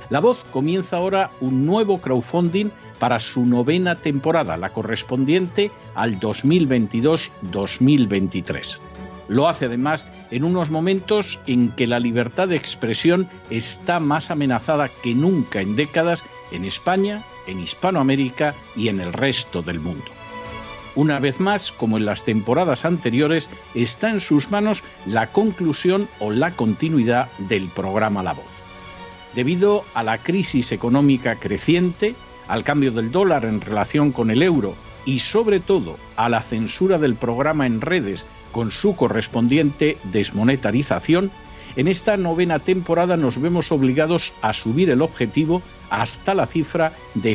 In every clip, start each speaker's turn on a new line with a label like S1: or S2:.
S1: La Voz comienza ahora un nuevo crowdfunding para su 9ª temporada, la correspondiente al 2022-2023. Lo hace además en unos momentos en que la libertad de expresión está más amenazada que nunca en décadas en España, en Hispanoamérica y en el resto del mundo. Una vez más, como en las temporadas anteriores, está en sus manos la conclusión o la continuidad del programa La Voz. Debido a la crisis económica creciente, al cambio del dólar en relación con el euro y sobre todo a la censura del programa en redes con su correspondiente desmonetarización, en esta 9ª temporada nos vemos obligados a subir el objetivo hasta la cifra de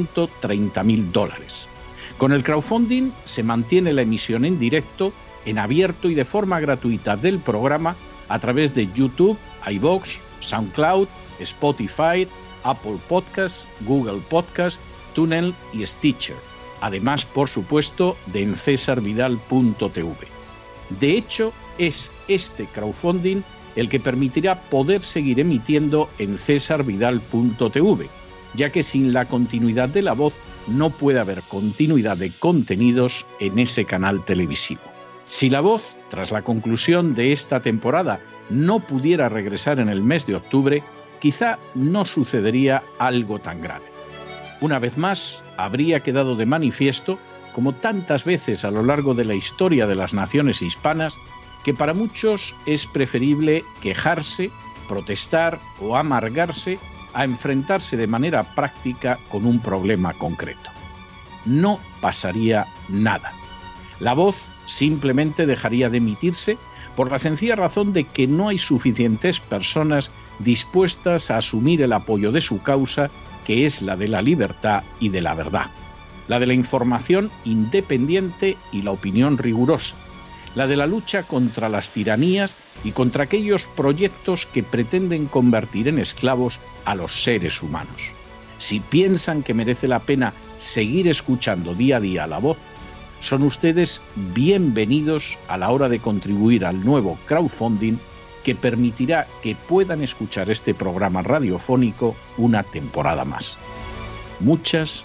S1: $130.000. Con el crowdfunding se mantiene la emisión en directo, en abierto y de forma gratuita del programa a través de YouTube, iVoox, SoundCloud, Spotify, Apple Podcasts, Google Podcasts, TuneIn y Stitcher. Además, por supuesto, de en cesarvidal.tv. De hecho, es este crowdfunding el que permitirá poder seguir emitiendo en cesarvidal.tv, ya que sin la continuidad de La Voz no puede haber continuidad de contenidos en ese canal televisivo. Si La Voz, tras la conclusión de esta temporada, no pudiera regresar en el mes de octubre, quizá no sucedería algo tan grave. Una vez más, habría quedado de manifiesto, como tantas veces a lo largo de la historia de las naciones hispanas, que para muchos es preferible quejarse, protestar o amargarse a enfrentarse de manera práctica con un problema concreto. No pasaría nada. La Voz simplemente dejaría de emitirse por la sencilla razón de que no hay suficientes personas dispuestas a asumir el apoyo de su causa, que es la de la libertad y de la verdad, la de la información independiente y la opinión rigurosa, la de la lucha contra las tiranías y contra aquellos proyectos que pretenden convertir en esclavos a los seres humanos. Si piensan que merece la pena seguir escuchando día a día La Voz, son ustedes bienvenidos a la hora de contribuir al nuevo crowdfunding que permitirá que puedan escuchar este programa radiofónico una temporada más. Muchas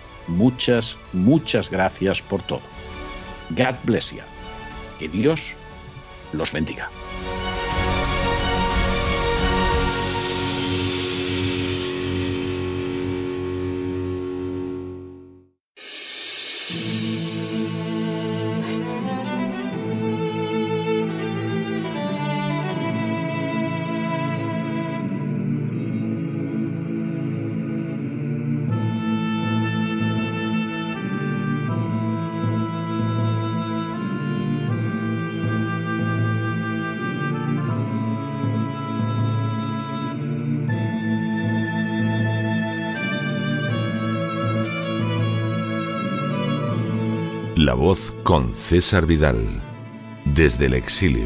S1: gracias por todo. God bless you. Que Dios los bendiga.
S2: La Voz con César Vidal, desde el exilio.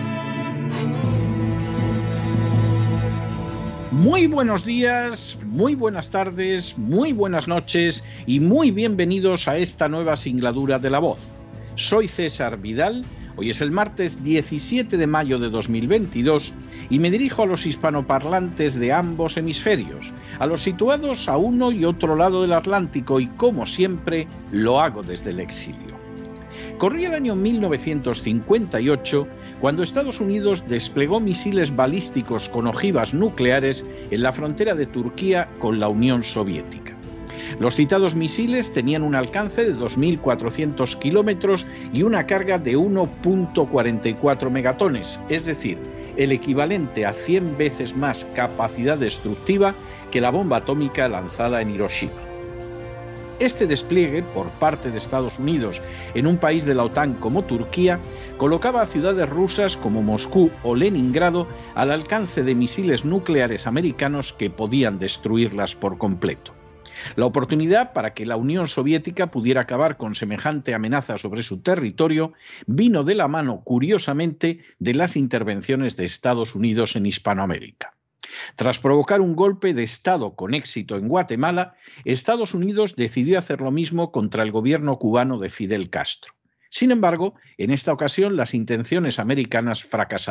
S1: Muy buenos días, muy buenas tardes, muy buenas noches y muy bienvenidos a esta nueva singladura de La Voz. Soy César Vidal, hoy es el martes 17 de mayo de 2022 y me dirijo a los hispanoparlantes de ambos hemisferios, a los situados a uno y otro lado del Atlántico y, como siempre, lo hago desde el exilio. Corría el año 1958 cuando Estados Unidos desplegó misiles balísticos con ojivas nucleares en la frontera de Turquía con la Unión Soviética. Los citados misiles tenían un alcance de 2.400 kilómetros y una carga de 1.44 megatones, es decir, el equivalente a 100 veces más capacidad destructiva que la bomba atómica lanzada en Hiroshima. Este despliegue por parte de Estados Unidos en un país de la OTAN como Turquía colocaba a ciudades rusas como Moscú o Leningrado al alcance de misiles nucleares americanos que podían destruirlas por completo. La oportunidad para que la Unión Soviética pudiera acabar con semejante amenaza sobre su territorio vino de la mano, curiosamente, de las intervenciones de Estados Unidos en Hispanoamérica. Tras provocar un golpe de Estado con éxito en Guatemala, Estados Unidos decidió hacer lo mismo contra el gobierno cubano de Fidel Castro. Sin embargo, en esta ocasión las intenciones americanas fracasaron.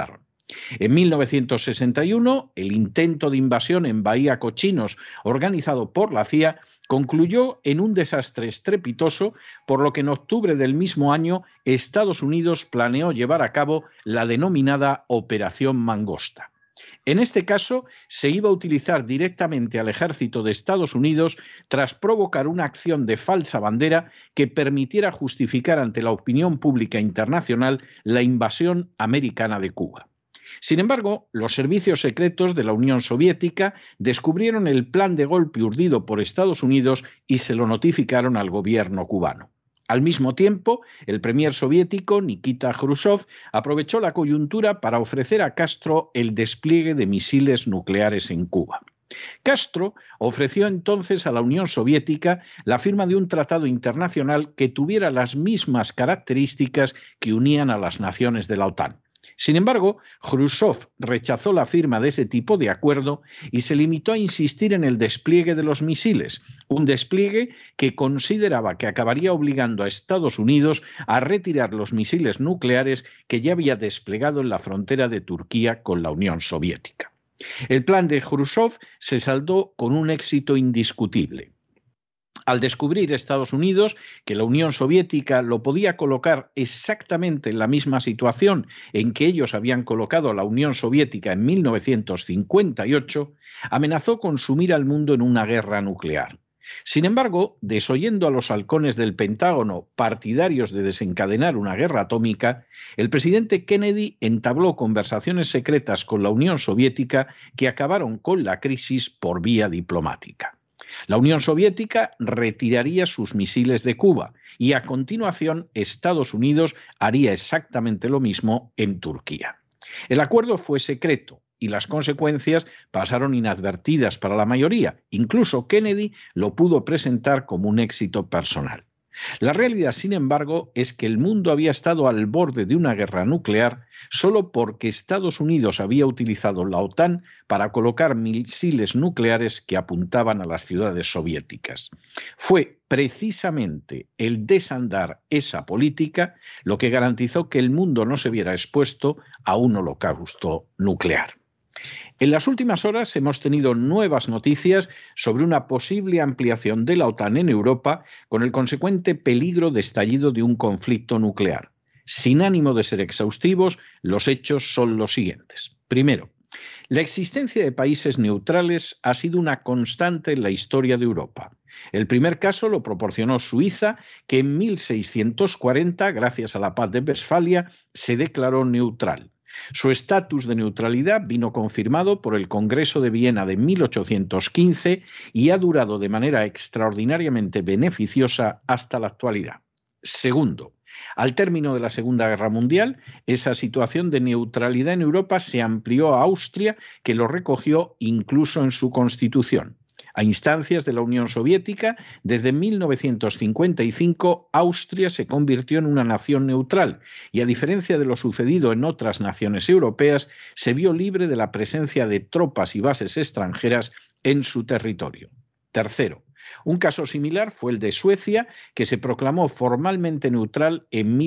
S1: En 1961, el intento de invasión en Bahía Cochinos, organizado por la CIA, concluyó en un desastre estrepitoso, por lo que en octubre del mismo año Estados Unidos planeó llevar a cabo la denominada Operación Mangosta. En este caso, se iba a utilizar directamente al ejército de Estados Unidos tras provocar una acción de falsa bandera que permitiera justificar ante la opinión pública internacional la invasión americana de Cuba. Sin embargo, los servicios secretos de la Unión Soviética descubrieron el plan de golpe urdido por Estados Unidos y se lo notificaron al gobierno cubano. Al mismo tiempo, el premier soviético Nikita Jrushchov aprovechó la coyuntura para ofrecer a Castro el despliegue de misiles nucleares en Cuba. Castro ofreció entonces a la Unión Soviética la firma de un tratado internacional que tuviera las mismas características que unían a las naciones de la OTAN. Sin embargo, Jrushchov rechazó la firma de ese tipo de acuerdo y se limitó a insistir en el despliegue de los misiles, un despliegue que consideraba que acabaría obligando a Estados Unidos a retirar los misiles nucleares que ya había desplegado en la frontera de Turquía con la Unión Soviética. El plan de Jrushchov se saldó con un éxito indiscutible. Al descubrir Estados Unidos que la Unión Soviética lo podía colocar exactamente en la misma situación en que ellos habían colocado a la Unión Soviética en 1958, amenazó con sumir al mundo en una guerra nuclear. Sin embargo, desoyendo a los halcones del Pentágono partidarios de desencadenar una guerra atómica, el presidente Kennedy entabló conversaciones secretas con la Unión Soviética que acabaron con la crisis por vía diplomática. La Unión Soviética retiraría sus misiles de Cuba y a continuación Estados Unidos haría exactamente lo mismo en Turquía. El acuerdo fue secreto y las consecuencias pasaron inadvertidas para la mayoría. Incluso Kennedy lo pudo presentar como un éxito personal. La realidad, sin embargo, es que el mundo había estado al borde de una guerra nuclear solo porque Estados Unidos había utilizado la OTAN para colocar misiles nucleares que apuntaban a las ciudades soviéticas. Fue precisamente el desandar esa política lo que garantizó que el mundo no se viera expuesto a un holocausto nuclear. En las últimas horas hemos tenido nuevas noticias sobre una posible ampliación de la OTAN en Europa con el consecuente peligro de estallido de un conflicto nuclear. Sin ánimo de ser exhaustivos, los hechos son los siguientes. Primero, la existencia de países neutrales ha sido una constante en la historia de Europa. El primer caso lo proporcionó Suiza, que en 1640, gracias a la Paz de Westfalia, se declaró neutral. Su estatus de neutralidad vino confirmado por el Congreso de Viena de 1815 y ha durado de manera extraordinariamente beneficiosa hasta la actualidad. Segundo, al término de la Segunda Guerra Mundial, esa situación de neutralidad en Europa se amplió a Austria, que lo recogió incluso en su Constitución. A instancias de la Unión Soviética, desde 1955 Austria se convirtió en una nación neutral y, a diferencia de lo sucedido en otras naciones europeas, se vio libre de la presencia de tropas y bases extranjeras en su territorio. Tercero, un caso similar fue el de Suecia, que se proclamó formalmente neutral en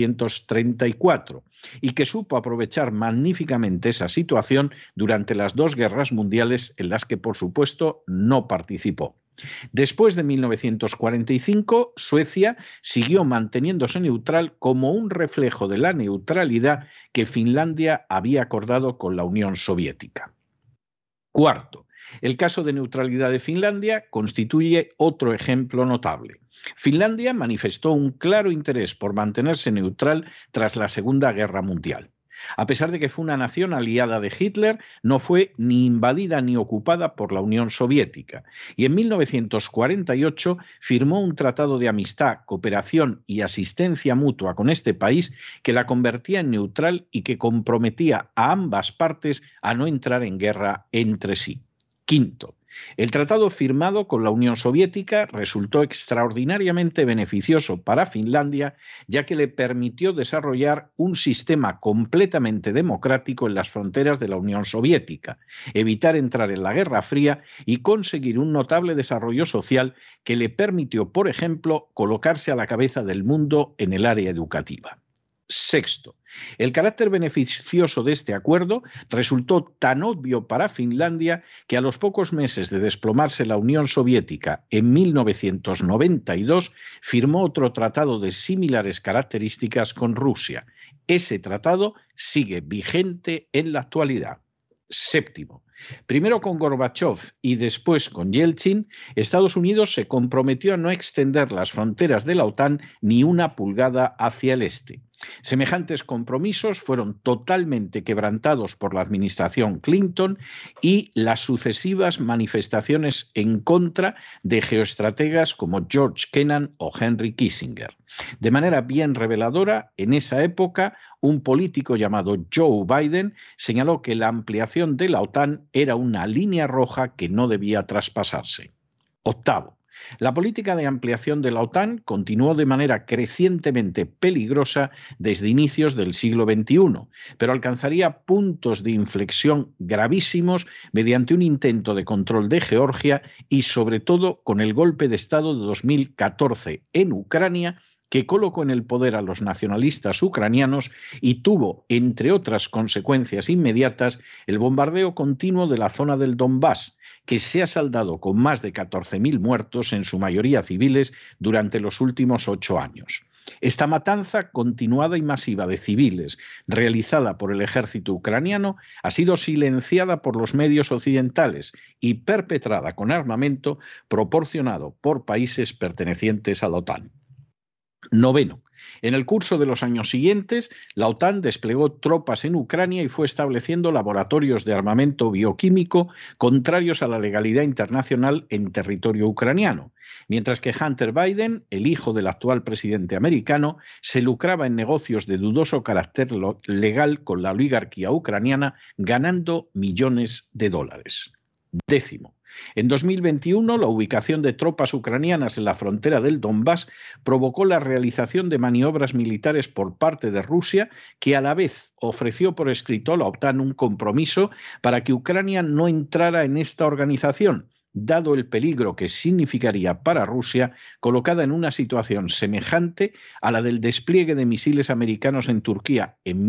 S1: 1834 y que supo aprovechar magníficamente esa situación durante las dos guerras mundiales en las que, por supuesto, no participó. Después de 1945, Suecia siguió manteniéndose neutral como un reflejo de la neutralidad que Finlandia había acordado con la Unión Soviética. Cuarto, el caso de neutralidad de Finlandia constituye otro ejemplo notable. Finlandia manifestó un claro interés por mantenerse neutral tras la Segunda Guerra Mundial. A pesar de que fue una nación aliada de Hitler, no fue ni invadida ni ocupada por la Unión Soviética y en 1948 firmó un tratado de amistad, cooperación y asistencia mutua con este país que la convertía en neutral y que comprometía a ambas partes a no entrar en guerra entre sí. Quinto, el tratado firmado con la Unión Soviética resultó extraordinariamente beneficioso para Finlandia, ya que le permitió desarrollar un sistema completamente democrático en las fronteras de la Unión Soviética, evitar entrar en la Guerra Fría y conseguir un notable desarrollo social que le permitió, por ejemplo, colocarse a la cabeza del mundo en el área educativa. Sexto, el carácter beneficioso de este acuerdo resultó tan obvio para Finlandia que a los pocos meses de desplomarse la Unión Soviética en 1992 firmó otro tratado de similares características con Rusia. Ese tratado sigue vigente en la actualidad. Séptimo, primero con Gorbachov y después con Yeltsin, Estados Unidos se comprometió a no extender las fronteras de la OTAN ni una pulgada hacia el este. Semejantes compromisos fueron totalmente quebrantados por la administración Clinton y las sucesivas manifestaciones en contra de geoestrategas como George Kennan o Henry Kissinger. De manera bien reveladora, en esa época, un político llamado Joe Biden señaló que la ampliación de la OTAN era una línea roja que no debía traspasarse. Octavo, la política de ampliación de la OTAN continuó de manera crecientemente peligrosa desde inicios del siglo XXI, pero alcanzaría puntos de inflexión gravísimos mediante un intento de control de Georgia y sobre todo con el golpe de Estado de 2014 en Ucrania, que colocó en el poder a los nacionalistas ucranianos y tuvo, entre otras consecuencias inmediatas, el bombardeo continuo de la zona del Donbass, que se ha saldado con más de 14.000 muertos, en su mayoría civiles, durante los últimos 8 años. Esta matanza continuada y masiva de civiles, realizada por el ejército ucraniano, ha sido silenciada por los medios occidentales y perpetrada con armamento proporcionado por países pertenecientes a la OTAN. Noveno, en el curso de los años siguientes, la OTAN desplegó tropas en Ucrania y fue estableciendo laboratorios de armamento bioquímico contrarios a la legalidad internacional en territorio ucraniano, mientras que Hunter Biden, el hijo del actual presidente americano, se lucraba en negocios de dudoso carácter legal con la oligarquía ucraniana, ganando millones de dólares. Décimo, en 2021, la ubicación de tropas ucranianas en la frontera del Donbass provocó la realización de maniobras militares por parte de Rusia, que a la vez ofreció por escrito a la OTAN un compromiso para que Ucrania no entrara en esta organización, dado el peligro que significaría para Rusia, colocada en una situación semejante a la del despliegue de misiles americanos en Turquía en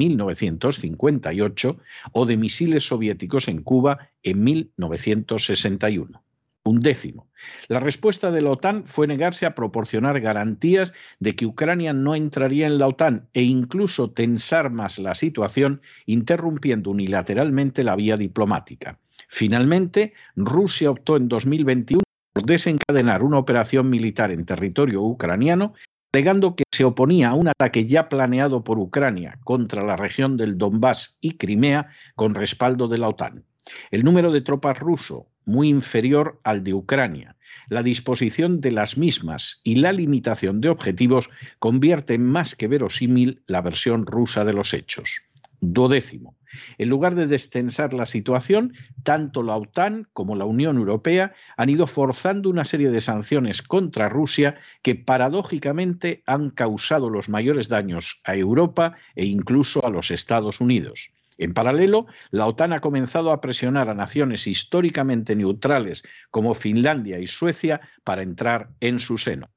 S1: 1958 o de misiles soviéticos en Cuba en 1961. Undécimo, la respuesta de la OTAN fue negarse a proporcionar garantías de que Ucrania no entraría en la OTAN e incluso tensar más la situación, interrumpiendo unilateralmente la vía diplomática. Finalmente, Rusia optó en 2021 por desencadenar una operación militar en territorio ucraniano, alegando que se oponía a un ataque ya planeado por Ucrania contra la región del Donbass y Crimea con respaldo de la OTAN. El número de tropas ruso, muy inferior al de Ucrania, la disposición de las mismas y la limitación de objetivos convierten más que verosímil la versión rusa de los hechos. Duodécimo, en lugar de destensar la situación, tanto la OTAN como la Unión Europea han ido forzando una serie de sanciones contra Rusia que paradójicamente han causado los mayores daños a Europa e incluso a los Estados Unidos. En paralelo, la OTAN ha comenzado a presionar a naciones históricamente neutrales como Finlandia y Suecia para entrar en su seno.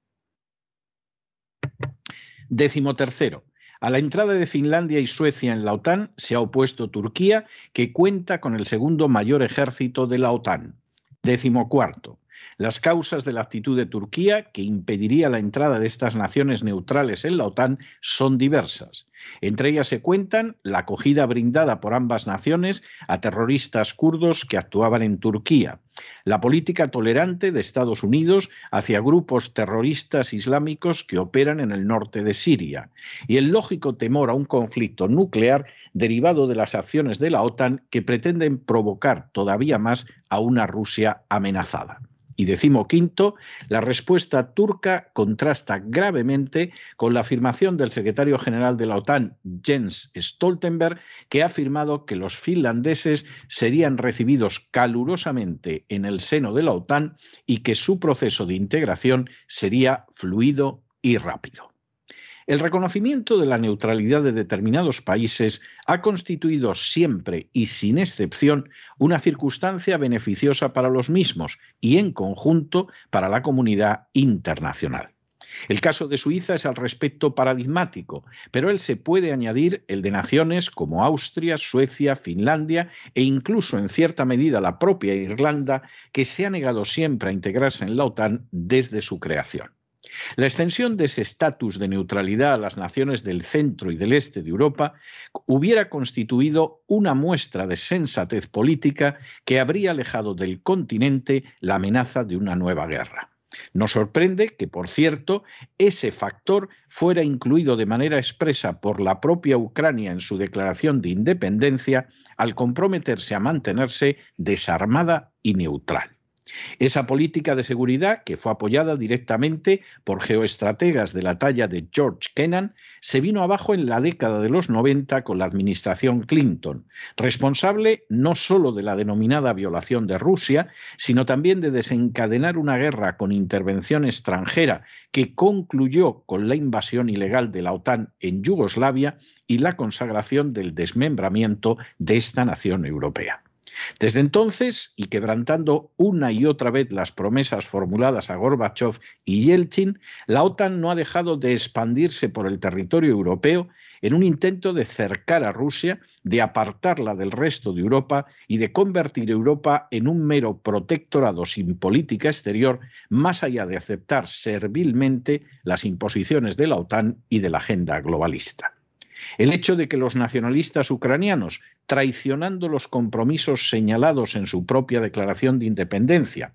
S1: Décimo tercero. A la entrada de Finlandia y Suecia en la OTAN se ha opuesto Turquía, que cuenta con el segundo mayor ejército de la OTAN. Décimo cuarto. Las causas de la actitud de Turquía, que impediría la entrada de estas naciones neutrales en la OTAN, son diversas. Entre ellas se cuentan la acogida brindada por ambas naciones a terroristas kurdos que actuaban en Turquía, la política tolerante de Estados Unidos hacia grupos terroristas islámicos que operan en el norte de Siria y el lógico temor a un conflicto nuclear derivado de las acciones de la OTAN que pretenden provocar todavía más a una Rusia amenazada. Y decimoquinto, la respuesta turca contrasta gravemente con la afirmación del secretario general de la OTAN, Jens Stoltenberg, que ha afirmado que los finlandeses serían recibidos calurosamente en el seno de la OTAN y que su proceso de integración sería fluido y rápido. El reconocimiento de la neutralidad de determinados países ha constituido siempre y sin excepción una circunstancia beneficiosa para los mismos y en conjunto para la comunidad internacional. El caso de Suiza es al respecto paradigmático, pero él se puede añadir el de naciones como Austria, Suecia, Finlandia e incluso en cierta medida la propia Irlanda, que se ha negado siempre a integrarse en la OTAN desde su creación. La extensión de ese estatus de neutralidad a las naciones del centro y del este de Europa hubiera constituido una muestra de sensatez política que habría alejado del continente la amenaza de una nueva guerra. Nos sorprende que, por cierto, ese factor fuera incluido de manera expresa por la propia Ucrania en su declaración de independencia al comprometerse a mantenerse desarmada y neutral. Esa política de seguridad, que fue apoyada directamente por geoestrategas de la talla de George Kennan, se vino abajo en la década de los 90 con la administración Clinton, responsable no solo de la denominada violación de Rusia, sino también de desencadenar una guerra con intervención extranjera que concluyó con la invasión ilegal de la OTAN en Yugoslavia y la consagración del desmembramiento de esta nación europea. Desde entonces, y quebrantando una y otra vez las promesas formuladas a Gorbachov y Yeltsin, la OTAN no ha dejado de expandirse por el territorio europeo en un intento de cercar a Rusia, de apartarla del resto de Europa y de convertir Europa en un mero protectorado sin política exterior, más allá de aceptar servilmente las imposiciones de la OTAN y de la agenda globalista. El hecho de que los nacionalistas ucranianos, traicionando los compromisos señalados en su propia declaración de independencia,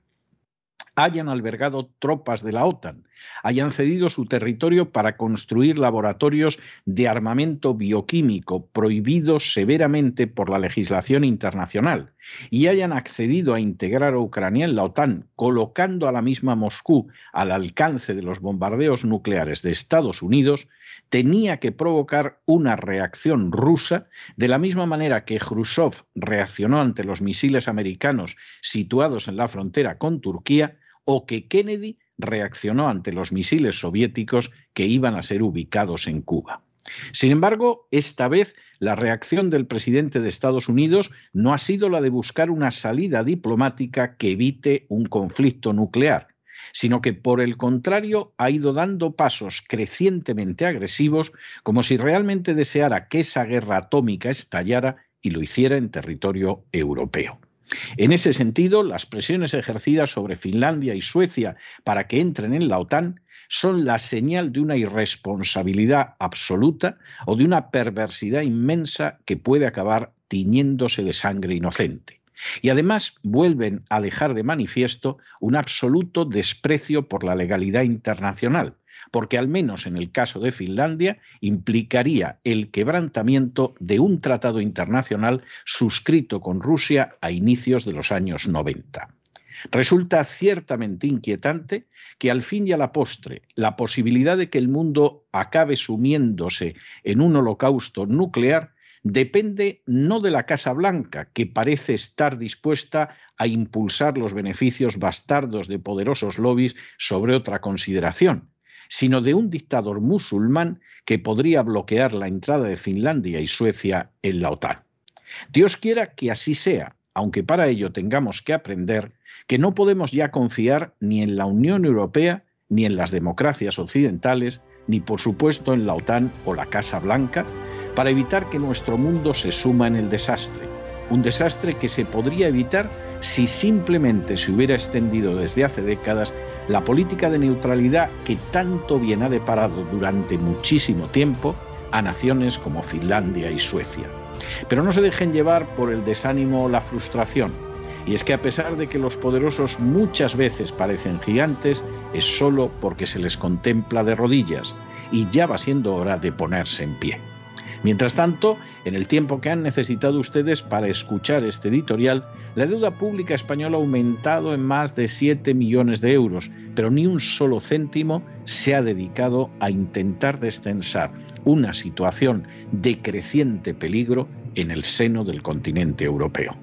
S1: hayan albergado tropas de la OTAN, hayan cedido su territorio para construir laboratorios de armamento bioquímico prohibidos severamente por la legislación internacional y hayan accedido a integrar a Ucrania en la OTAN, colocando a la misma Moscú al alcance de los bombardeos nucleares de Estados Unidos, tenía que provocar una reacción rusa de la misma manera que Khrushchev reaccionó ante los misiles americanos situados en la frontera con Turquía o que Kennedy reaccionó ante los misiles soviéticos que iban a ser ubicados en Cuba. Sin embargo, esta vez la reacción del presidente de Estados Unidos no ha sido la de buscar una salida diplomática que evite un conflicto nuclear, sino que por el contrario ha ido dando pasos crecientemente agresivos como si realmente deseara que esa guerra atómica estallara y lo hiciera en territorio europeo. En ese sentido, las presiones ejercidas sobre Finlandia y Suecia para que entren en la OTAN son la señal de una irresponsabilidad absoluta o de una perversidad inmensa que puede acabar tiñéndose de sangre inocente. Y además vuelven a dejar de manifiesto un absoluto desprecio por la legalidad internacional, porque al menos en el caso de Finlandia implicaría el quebrantamiento de un tratado internacional suscrito con Rusia a inicios de los años 90. Resulta ciertamente inquietante que al fin y a la postre la posibilidad de que el mundo acabe sumiéndose en un holocausto nuclear depende no de la Casa Blanca, que parece estar dispuesta a impulsar los beneficios bastardos de poderosos lobbies sobre otra consideración, sino de un dictador musulmán que podría bloquear la entrada de Finlandia y Suecia en la OTAN. Dios quiera que así sea, aunque para ello tengamos que aprender que no podemos ya confiar ni en la Unión Europea, ni en las democracias occidentales, ni por supuesto en la OTAN o la Casa Blanca, para evitar que nuestro mundo se suma en el desastre. Un desastre que se podría evitar si simplemente se hubiera extendido desde hace décadas la política de neutralidad que tanto bien ha deparado durante muchísimo tiempo a naciones como Finlandia y Suecia. Pero no se dejen llevar por el desánimo o la frustración. Y es que a pesar de que los poderosos muchas veces parecen gigantes, es solo porque se les contempla de rodillas y ya va siendo hora de ponerse en pie. Mientras tanto, en el tiempo que han necesitado ustedes para escuchar este editorial, la deuda pública española ha aumentado en más de 7 millones de euros, pero ni un solo céntimo se ha dedicado a intentar descensar una situación de creciente peligro en el seno del continente europeo.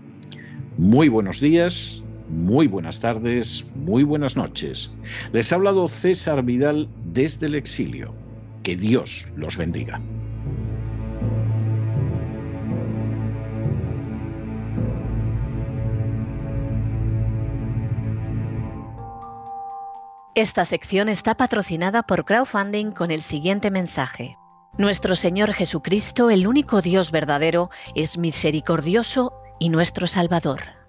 S1: Muy buenos días, muy buenas tardes, muy buenas noches. Les ha hablado César Vidal desde el exilio. Que Dios los bendiga.
S3: Esta sección está patrocinada por crowdfunding con el siguiente mensaje. Nuestro Señor Jesucristo, el único Dios verdadero, es misericordioso y nuestro Salvador.